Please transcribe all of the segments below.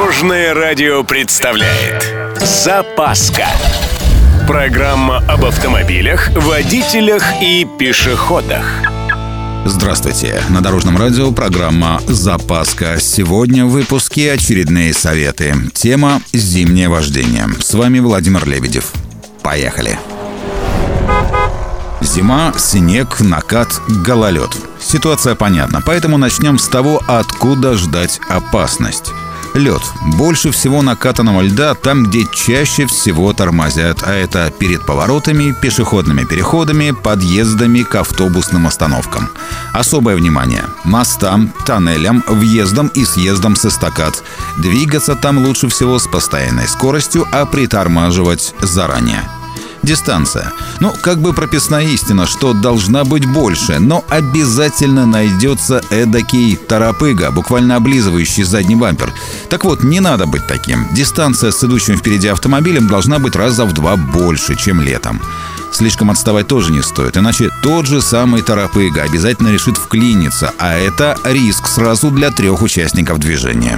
Дорожное радио представляет «Запаска». Программа об автомобилях, водителях и пешеходах. Здравствуйте! На Дорожном радио программа «Запаска». Сегодня в выпуске очередные советы. Тема «Зимнее вождение». С вами Владимир Лебедев. Поехали! Зима, снег, накат, гололед. Ситуация понятна, поэтому начнем с того, откуда ждать опасность. Лед. Больше всего накатанного льда там, где чаще всего тормозят, а это перед поворотами, пешеходными переходами, подъездами к автобусным остановкам. Особое внимание – мостам, тоннелям, въездам и съездам с эстакад. Двигаться там лучше всего с постоянной скоростью, а притормаживать заранее. Дистанция. Как бы прописная истина, что должна быть больше, но обязательно найдется эдакий торопыга, буквально облизывающий задний бампер. Так вот, не надо быть таким. Дистанция с идущим впереди автомобилем должна быть раза в 2 больше, чем летом. Слишком отставать тоже не стоит, иначе тот же самый торопыга обязательно решит вклиниться, а это риск сразу для 3 участников движения.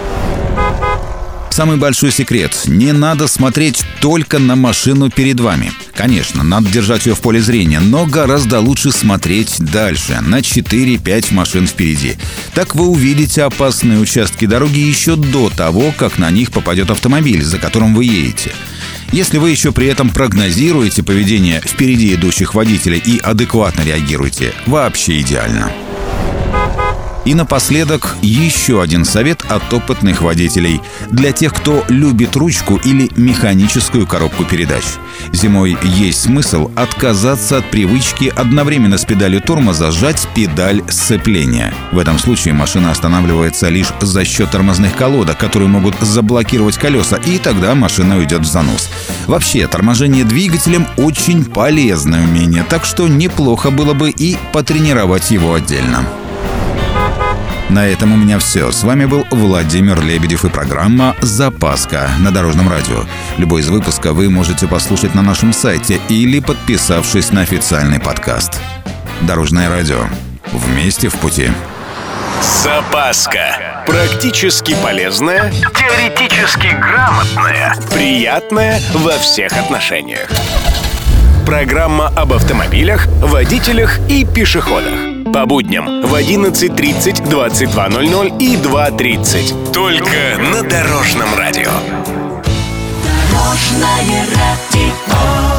Самый большой секрет – не надо смотреть только на машину перед вами. Конечно, надо держать ее в поле зрения, но гораздо лучше смотреть дальше, на 4-5 машин впереди. Так вы увидите опасные участки дороги еще до того, как на них попадет автомобиль, за которым вы едете. Если вы еще при этом прогнозируете поведение впереди идущих водителей и адекватно реагируете, вообще идеально. И напоследок еще один совет от опытных водителей для тех, кто любит ручку или механическую коробку передач. Зимой есть смысл отказаться от привычки одновременно с педалью тормоза сжать педаль сцепления. В этом случае машина останавливается лишь за счет тормозных колодок, которые могут заблокировать колеса, и тогда машина уйдет в занос. Вообще, торможение двигателем очень полезное умение, так что неплохо было бы и потренировать его отдельно. На этом у меня все. С вами был Владимир Лебедев и программа «Запаска» на Дорожном радио. Любой из выпусков вы можете послушать на нашем сайте или подписавшись на официальный подкаст. Дорожное радио. Вместе в пути. «Запаска». Практически полезная, теоретически грамотная, приятная во всех отношениях. Программа об автомобилях, водителях и пешеходах. По будням в 11:30, 22:00 и 2:30. Только на Дорожном радио. Дорожное радио.